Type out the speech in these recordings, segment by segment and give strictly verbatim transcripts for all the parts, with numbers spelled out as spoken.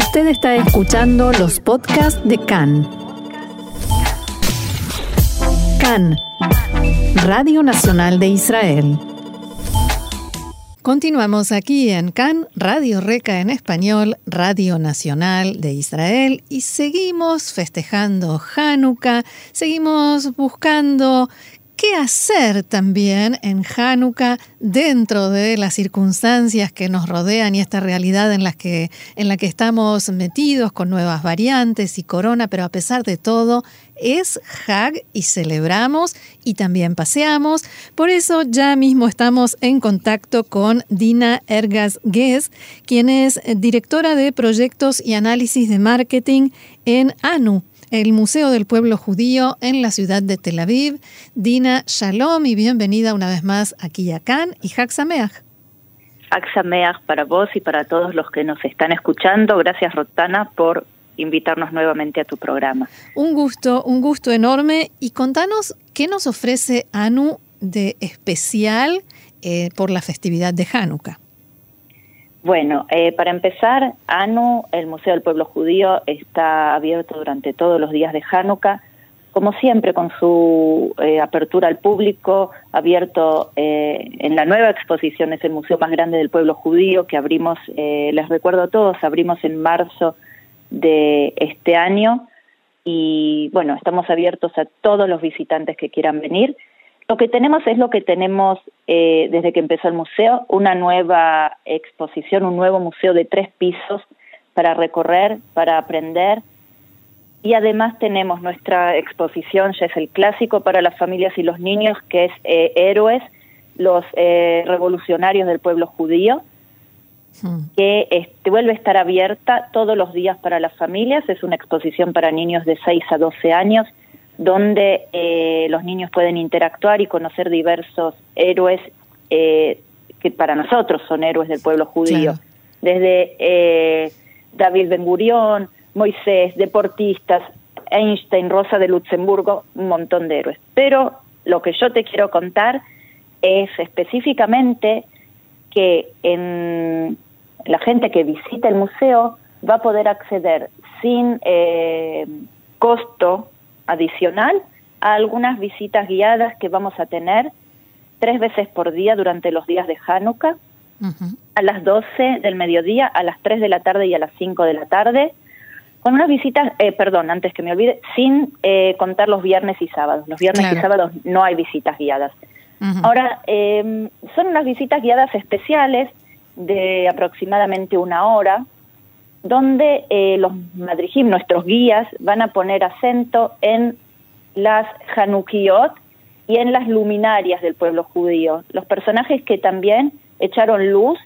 Usted está escuchando los podcasts de C A N. C A N, Radio Nacional de Israel. Continuamos aquí en C A N, Radio Reca en español, Radio Nacional de Israel, y seguimos festejando Hanukkah, seguimos buscando qué hacer también en Hanukkah dentro de las circunstancias que nos rodean y esta realidad en la que, en la que estamos metidos con nuevas variantes y corona, pero a pesar de todo es Hag y celebramos y también paseamos. Por eso ya mismo estamos en contacto con Dina Ergas-Guez, quien es directora de proyectos y análisis de marketing en ANU, el Museo del Pueblo Judío en la ciudad de Tel Aviv. Dina, shalom y bienvenida una vez más aquí a C A N y Hag Sameach. Hag Sameach para vos y para todos los que nos están escuchando. Gracias, Rotana, por invitarnos nuevamente a tu programa. Un gusto, un gusto enorme. Y contanos qué nos ofrece ANU de especial eh, por la festividad de Hanukkah. Bueno, eh, para empezar, ANU, el Museo del Pueblo Judío, está abierto durante todos los días de Hanukkah, como siempre con su eh, apertura al público, abierto eh, en la nueva exposición, es el museo más grande del pueblo judío, que abrimos, eh, les recuerdo a todos, abrimos en marzo de este año, y bueno, estamos abiertos a todos los visitantes que quieran venir. Lo que tenemos es lo que tenemos eh, desde que empezó el museo, una nueva exposición, un nuevo museo de tres pisos para recorrer, para aprender. Y además tenemos nuestra exposición, ya es el clásico para las familias y los niños, que es eh, Héroes, los eh, revolucionarios del pueblo judío, hmm. que este, vuelve a estar abierta todos los días para las familias. Es una exposición para niños de seis a doce años, donde eh, los niños pueden interactuar y conocer diversos héroes eh, que para nosotros son héroes del pueblo judío. Claro. Desde eh, David Ben Gurión, Moisés, deportistas, Einstein, Rosa de Luxemburgo, un montón de héroes. Pero lo que yo te quiero contar es específicamente que en la gente que visita el museo va a poder acceder sin eh, costo adicional a algunas visitas guiadas que vamos a tener tres veces por día durante los días de Hanukkah, uh-huh. a las doce del mediodía, a las tres de la tarde y a las cinco de la tarde, con unas visitas, eh, perdón, antes que me olvide, sin eh, contar los viernes y sábados. Los viernes claro. y sábados no hay visitas guiadas. Uh-huh. Ahora, eh, son unas visitas guiadas especiales de aproximadamente una hora, donde eh, los madrijim, nuestros guías, van a poner acento en las Hanukkiyot y en las luminarias del pueblo judío, los personajes que también echaron luz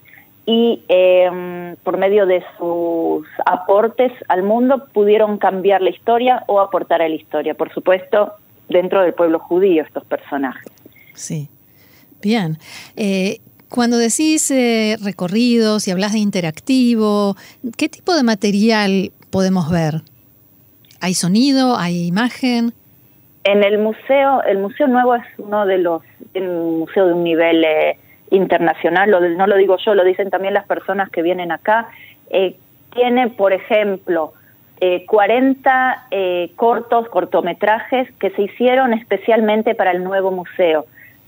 y eh, por medio de sus aportes al mundo pudieron cambiar la historia o aportar a la historia, por supuesto, dentro del pueblo judío, estos personajes. Sí, bien. Eh... Cuando decís eh, recorridos y hablas de interactivo, ¿qué tipo de material podemos ver? ¿Hay sonido? ¿Hay imagen? En el museo, el museo nuevo es uno de los, un museo de un nivel eh, internacional, lo, no lo digo yo, lo dicen también las personas que vienen acá. Eh, tiene, por ejemplo, eh, cuarenta eh, cortos, cortometrajes que se hicieron especialmente para el nuevo museo.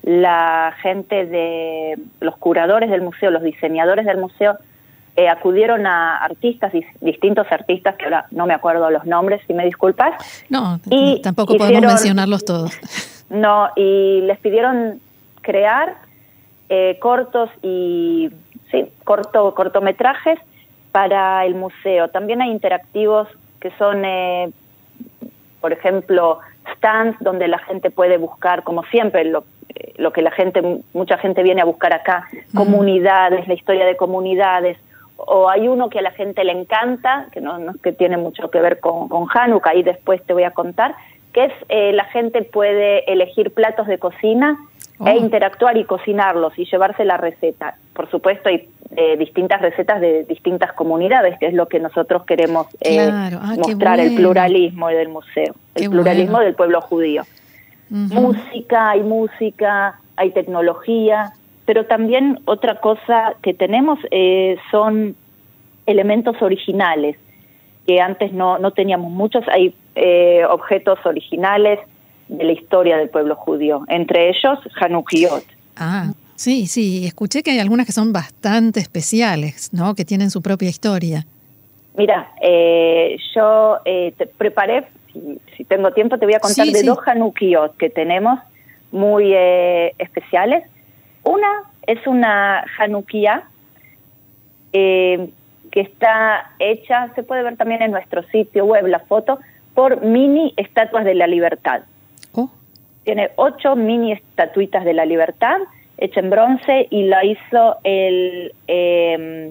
La gente de los curadores del museo, los diseñadores del museo, eh, acudieron a artistas, distintos artistas, que ahora no me acuerdo los nombres, si me disculpas. No, y tampoco hicieron, podemos mencionarlos todos. No, y les pidieron crear eh, cortos y sí, corto, cortometrajes para el museo. También hay interactivos que son, eh, por ejemplo, stands donde la gente puede buscar, como siempre, lo lo que la gente, mucha gente viene a buscar acá, mm. comunidades, la historia de comunidades, o hay uno que a la gente le encanta, que no, no es que tiene mucho que ver con, con Hanukkah, y después te voy a contar, que es eh, la gente puede elegir platos de cocina oh. e interactuar y cocinarlos y llevarse la receta. Por supuesto hay eh, distintas recetas de distintas comunidades, que es lo que nosotros queremos eh, claro. ah, mostrar, el pluralismo del museo, el qué pluralismo bueno. del pueblo judío. Uh-huh. Música, hay música, hay tecnología, pero también otra cosa que tenemos eh, son elementos originales. que antes no, no teníamos muchos. Hay eh, objetos originales de la historia del pueblo judío, entre ellos Hanukiot. Ah, sí, sí, escuché que hay algunas que son bastante especiales, ¿no? Que tienen su propia historia. Mira, eh, yo eh, te preparé, si, si tengo tiempo, te voy a contar sí, de sí. dos Hanukiot que tenemos muy eh, especiales. Una es una Hanukia eh, que está hecha, se puede ver también en nuestro sitio web la foto, por mini estatuas de la libertad. Oh. Tiene ocho mini estatuitas de la libertad, hecha en bronce, y la hizo el eh,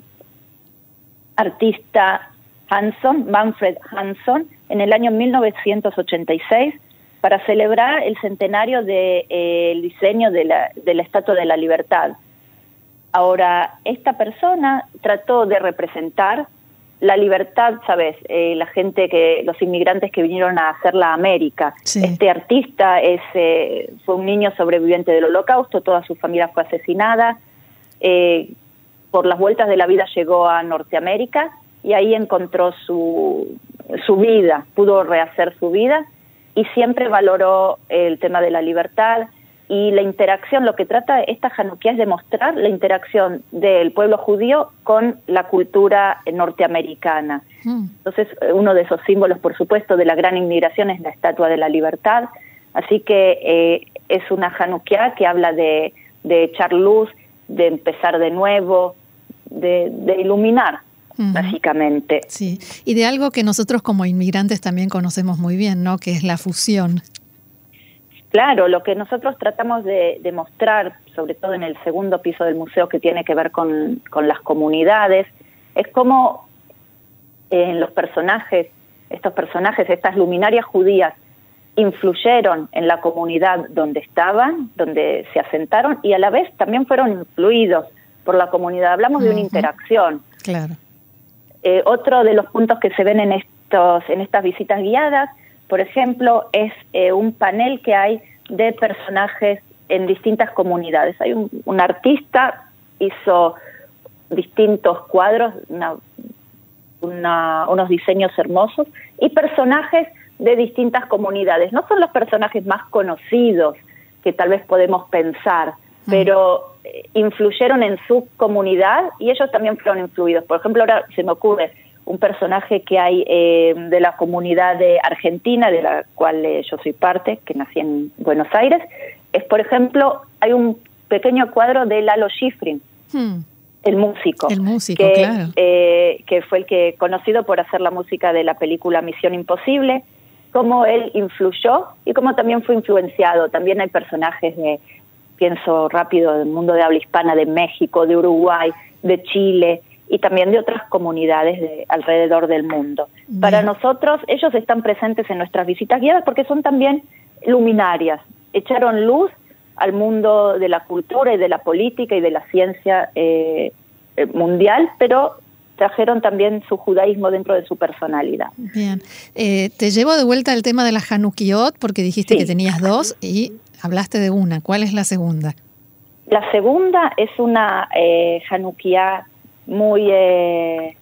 artista Hansson, Manfred Hansson, en el año mil novecientos ochenta y seis, para celebrar el centenario del de, eh, diseño de la, de la Estatua de la Libertad. Ahora, esta persona trató de representar la libertad, ¿sabes? Eh, la gente, que los inmigrantes que vinieron a hacer la América. Sí. Este artista es, eh, fue un niño sobreviviente del Holocausto, toda su familia fue asesinada. Eh, por las vueltas de la vida llegó a Norteamérica y ahí encontró su, su vida, pudo rehacer su vida, y siempre valoró el tema de la libertad y la interacción. Lo que trata esta Hanukia es demostrar la interacción del pueblo judío con la cultura norteamericana. Mm. Entonces, uno de esos símbolos, por supuesto, de la gran inmigración es la Estatua de la Libertad. Así que eh, es una Hanukia que habla de, de echar luz, de empezar de nuevo, de, de iluminar. Uh-huh. Básicamente. Sí, y de algo que nosotros como inmigrantes también conocemos muy bien, ¿no? Que es la fusión. Claro, lo que nosotros tratamos de, de mostrar, sobre todo en el segundo piso del museo, que tiene que ver con, con las comunidades, es cómo eh, los personajes, estos personajes, estas luminarias judías, influyeron en la comunidad donde estaban, donde se asentaron, y a la vez también fueron influidos por la comunidad. Hablamos uh-huh. de una interacción. Claro. Eh, otro de los puntos que se ven en estos en estas visitas guiadas, por ejemplo, es eh, un panel que hay de personajes en distintas comunidades. Hay un, un artista, hizo distintos cuadros, una, una, unos diseños hermosos, y personajes de distintas comunidades. No son los personajes más conocidos que tal vez podemos pensar, mm. pero influyeron en su comunidad y ellos también fueron influidos. Por ejemplo, ahora se me ocurre un personaje que hay eh, de la comunidad de Argentina, de la cual eh, yo soy parte, que nací en Buenos Aires. Es, por ejemplo, hay un pequeño cuadro de Lalo Schifrin, hmm. el músico. El músico, que, claro. Eh, que fue el que conocido por hacer la música de la película Misión Imposible, cómo él influyó y cómo también fue influenciado. También hay personajes de, pienso rápido, del mundo de habla hispana, de México, de Uruguay, de Chile, y también de otras comunidades de alrededor del mundo. Bien. Para nosotros, ellos están presentes en nuestras visitas guiadas porque son también luminarias, echaron luz al mundo de la cultura y de la política y de la ciencia eh, mundial, pero trajeron también su judaísmo dentro de su personalidad. Bien, eh, te llevo de vuelta al tema de la Hanukiot, porque dijiste sí. que tenías dos y hablaste de una. ¿Cuál es la segunda? La segunda es una eh, Hanukia muy eh,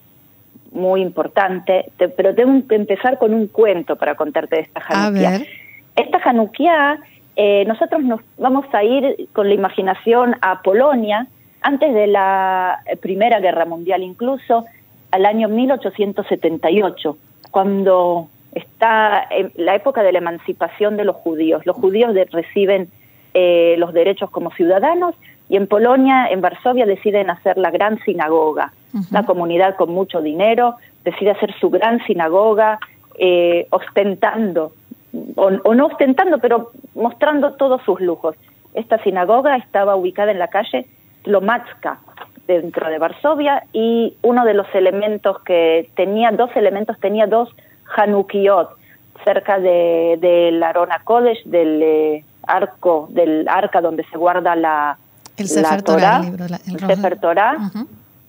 muy importante, te, pero tengo que empezar con un cuento para contarte de esta Hanukia. A ver. Esta Hanukia, eh, nosotros nos vamos a ir con la imaginación a Polonia, antes de la Primera Guerra Mundial, incluso al año mil ochocientos setenta y ocho, cuando está en la época de la emancipación de los judíos. Los judíos de, reciben eh, los derechos como ciudadanos, y en Polonia, en Varsovia, deciden hacer la gran sinagoga. Uh-huh. Una comunidad con mucho dinero decide hacer su gran sinagoga, eh, ostentando, o, o no ostentando, pero mostrando todos sus lujos. Esta sinagoga estaba ubicada en la calle Tlomacka, dentro de Varsovia, y uno de los elementos que tenía, dos elementos, tenía dos Hanukiot, cerca de, del Arona Kodesh, del eh, arco, del arca donde se guarda la El Sefer Torah, el, libro, la, el, el Sefer Torah. Uh-huh.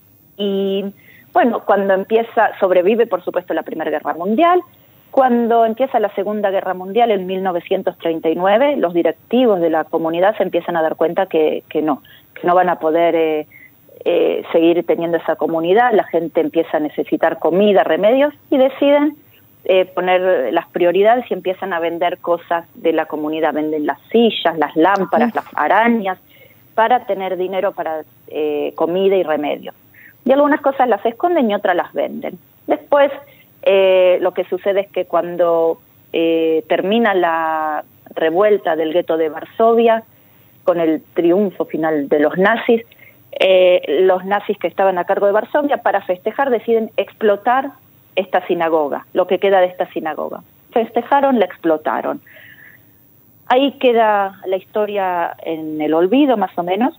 Y bueno, cuando empieza, sobrevive por supuesto la Primera Guerra Mundial. Cuando empieza la Segunda Guerra Mundial en mil novecientos treinta y nueve, los directivos de la comunidad se empiezan a dar cuenta que, que no, que no van a poder eh, eh, seguir teniendo esa comunidad, la gente empieza a necesitar comida, remedios, y deciden eh, poner las prioridades y empiezan a vender cosas de la comunidad, venden las sillas, las lámparas, uh. las arañas, para tener dinero para eh, comida y remedios. Y algunas cosas las esconden y otras las venden. Después, eh, lo que sucede es que cuando eh, termina la revuelta del gueto de Varsovia, con el triunfo final de los nazis, eh, los nazis que estaban a cargo de Varsovia, para festejar, deciden explotar esta sinagoga, lo que queda de esta sinagoga. Festejaron, la explotaron. Ahí queda la historia en el olvido, más o menos.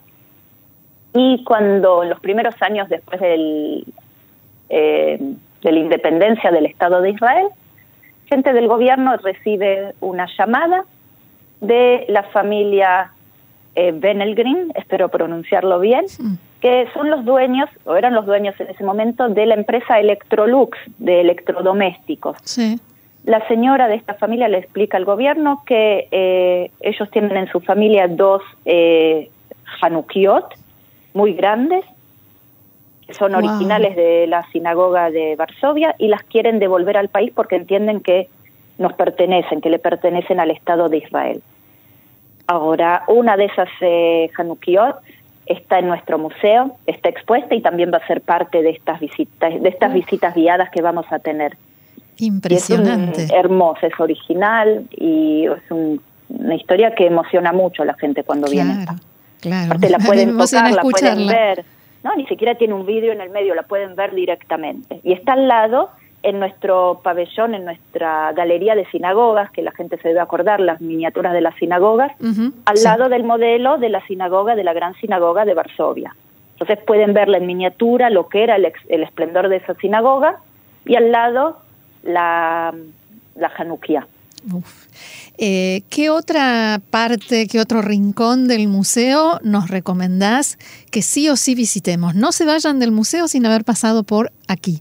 Y cuando en los primeros años después del, eh, de la independencia del Estado de Israel, gente del gobierno recibe una llamada de la familia eh, Benelgrin, espero pronunciarlo bien, sí. que son los dueños, o eran los dueños en ese momento, de la empresa Electrolux, de electrodomésticos. Sí. La señora de esta familia le explica al gobierno que eh, ellos tienen en su familia dos eh, Hanukiot muy grandes, que son wow. originales de la sinagoga de Varsovia, y las quieren devolver al país porque entienden que nos pertenecen, que le pertenecen al Estado de Israel. Ahora, una de esas eh, Hanukiot está en nuestro museo, está expuesta y también va a ser parte de estas visitas, de estas visitas guiadas que vamos a tener. Impresionante. Es un, hermoso, es original y es un, una historia que emociona mucho a la gente cuando claro, viene acá. Claro, aparte la pueden tocar, la escucharla. pueden ver. No, ni siquiera tiene un vídeo en el medio, la pueden ver directamente. Y está al lado, en nuestro pabellón, en nuestra galería de sinagogas, que la gente se debe acordar, las miniaturas de las sinagogas, uh-huh, al sí. lado del modelo de la sinagoga, de la gran sinagoga de Varsovia. Entonces pueden verla en miniatura, lo que era el, ex, el esplendor de esa sinagoga, y al lado la, la Hanukkah. Uf. Eh, ¿Qué otra parte, qué otro rincón del museo nos recomendás que sí o sí visitemos? No se vayan del museo sin haber pasado por aquí.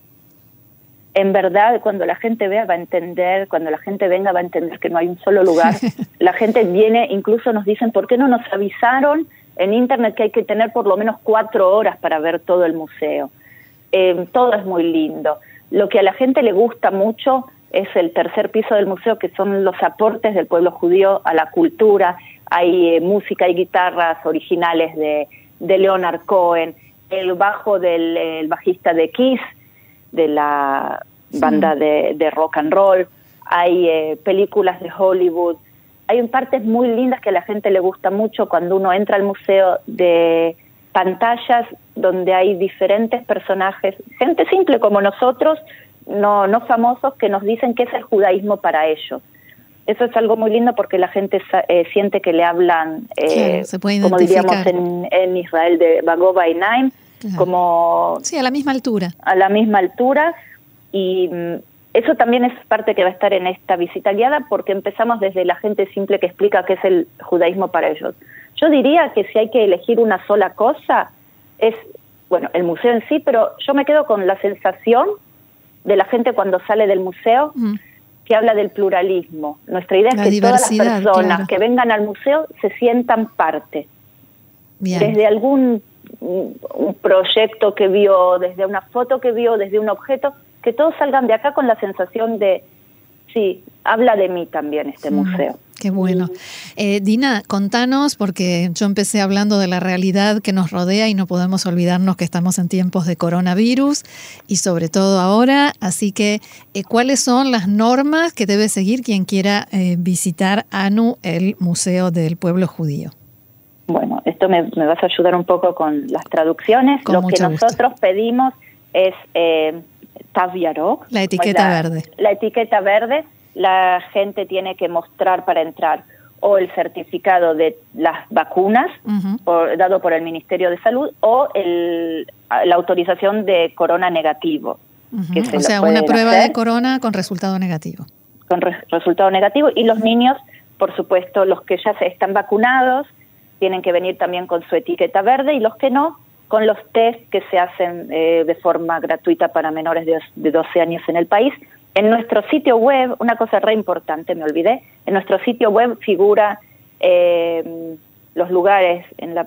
En verdad, cuando la gente vea va a entender, cuando la gente venga va a entender que no hay un solo lugar. La gente viene, incluso nos dicen, ¿por qué no nos avisaron en internet que hay que tener por lo menos cuatro horas para ver todo el museo? Eh, todo es muy lindo. Lo que a la gente le gusta mucho es el tercer piso del museo, que son los aportes del pueblo judío a la cultura. Hay eh, música y guitarras originales de, de Leonard Cohen, el bajo del el bajista de Kiss, de la banda sí. de, de rock and roll, hay eh, películas de Hollywood, hay partes muy lindas que a la gente le gusta mucho cuando uno entra al museo, de pantallas donde hay diferentes personajes, gente simple como nosotros, no, no famosos, que nos dicen qué es el judaísmo para ellos. Eso es algo muy lindo porque la gente eh, siente que le hablan, eh, claro, se puede como diríamos en, en Israel, de Bagova Einaim, claro. como sí, a la misma altura. A la misma altura, y mm, eso también es parte que va a estar en esta visita guiada, porque empezamos desde la gente simple que explica qué es el judaísmo para ellos. Yo diría que si hay que elegir una sola cosa, es, bueno, el museo en sí, pero yo me quedo con la sensación de la gente cuando sale del museo, mm. que habla del pluralismo. Nuestra idea la es que todas las personas claro. que vengan al museo se sientan parte. Bien. Desde algún un proyecto que vio, desde una foto que vio, desde un objeto, que todos salgan de acá con la sensación de, sí, habla de mí también este mm, museo. Qué bueno. Eh, Dina, contanos, porque yo empecé hablando de la realidad que nos rodea y no podemos olvidarnos que estamos en tiempos de coronavirus y sobre todo ahora, así que eh, ¿cuáles son las normas que debe seguir quien quiera eh, visitar ANU, el Museo del Pueblo Judío? Bueno, esto me, me vas a ayudar un poco con las traducciones. Con Lo mucho que nosotros gusto. pedimos es eh, Tav Yarok, la etiqueta la, verde. La etiqueta verde, la gente tiene que mostrar para entrar o el certificado de las vacunas uh-huh. por, dado por el Ministerio de Salud, o el, la autorización de corona negativo. Uh-huh. Que se o sea, una prueba hacer. de corona con resultado negativo. Con re, resultado negativo. Y los niños, por supuesto, los que ya se están vacunados, tienen que venir también con su etiqueta verde, y los que no, con los test que se hacen eh, de forma gratuita para menores de, de doce años en el país. En nuestro sitio web, una cosa re importante, me olvidé, en nuestro sitio web figura eh, los lugares, en la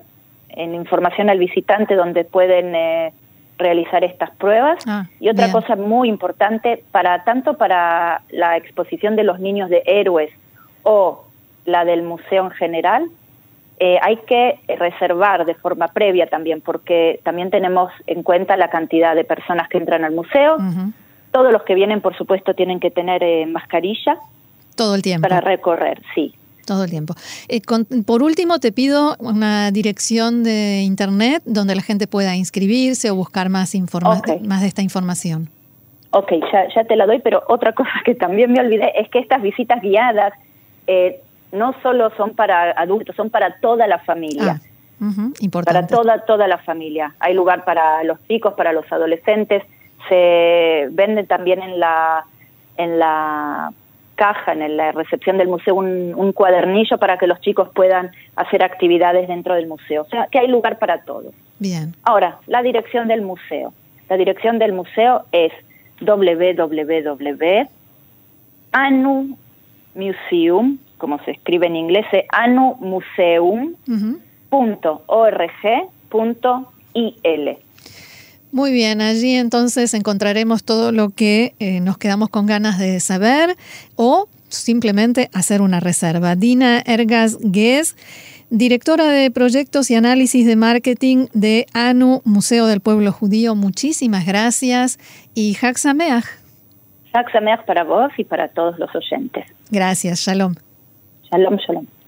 en información al visitante donde pueden eh, realizar estas pruebas. Ah, y otra bien. cosa muy importante, para tanto para la exposición de los niños de héroes o la del museo en general, eh, hay que reservar de forma previa también, porque también tenemos en cuenta la cantidad de personas que entran al museo. Uh-huh. Todos los que vienen, por supuesto, tienen que tener eh, mascarilla. Todo el tiempo. Para recorrer, sí. Todo el tiempo. Eh, con, por último, te pido una dirección de internet donde la gente pueda inscribirse o buscar más, informa- okay. más de esta información. Ok, ya, ya te la doy, pero otra cosa que también me olvidé es que estas visitas guiadas eh, no solo son para adultos, son para toda la familia. Ah, uh-huh, importante. Para toda, toda la familia. Hay lugar para los chicos, para los adolescentes. Se vende también en la, en la caja, en la recepción del museo, un, un cuadernillo para que los chicos puedan hacer actividades dentro del museo. O sea, que hay lugar para todos. Bien. Ahora, la dirección del museo. La dirección del museo es doble u doble u doble u punto anu museum, como se escribe en inglés, es anu museum punto org punto il. Muy bien, allí entonces encontraremos todo lo que eh, nos quedamos con ganas de saber o simplemente hacer una reserva. Dina Ergas Guez, directora de proyectos y análisis de marketing de ANU, Museo del Pueblo Judío, muchísimas gracias y Hag Sameach. Hag Sameach para vos y para todos los oyentes. Gracias, shalom. Shalom, shalom.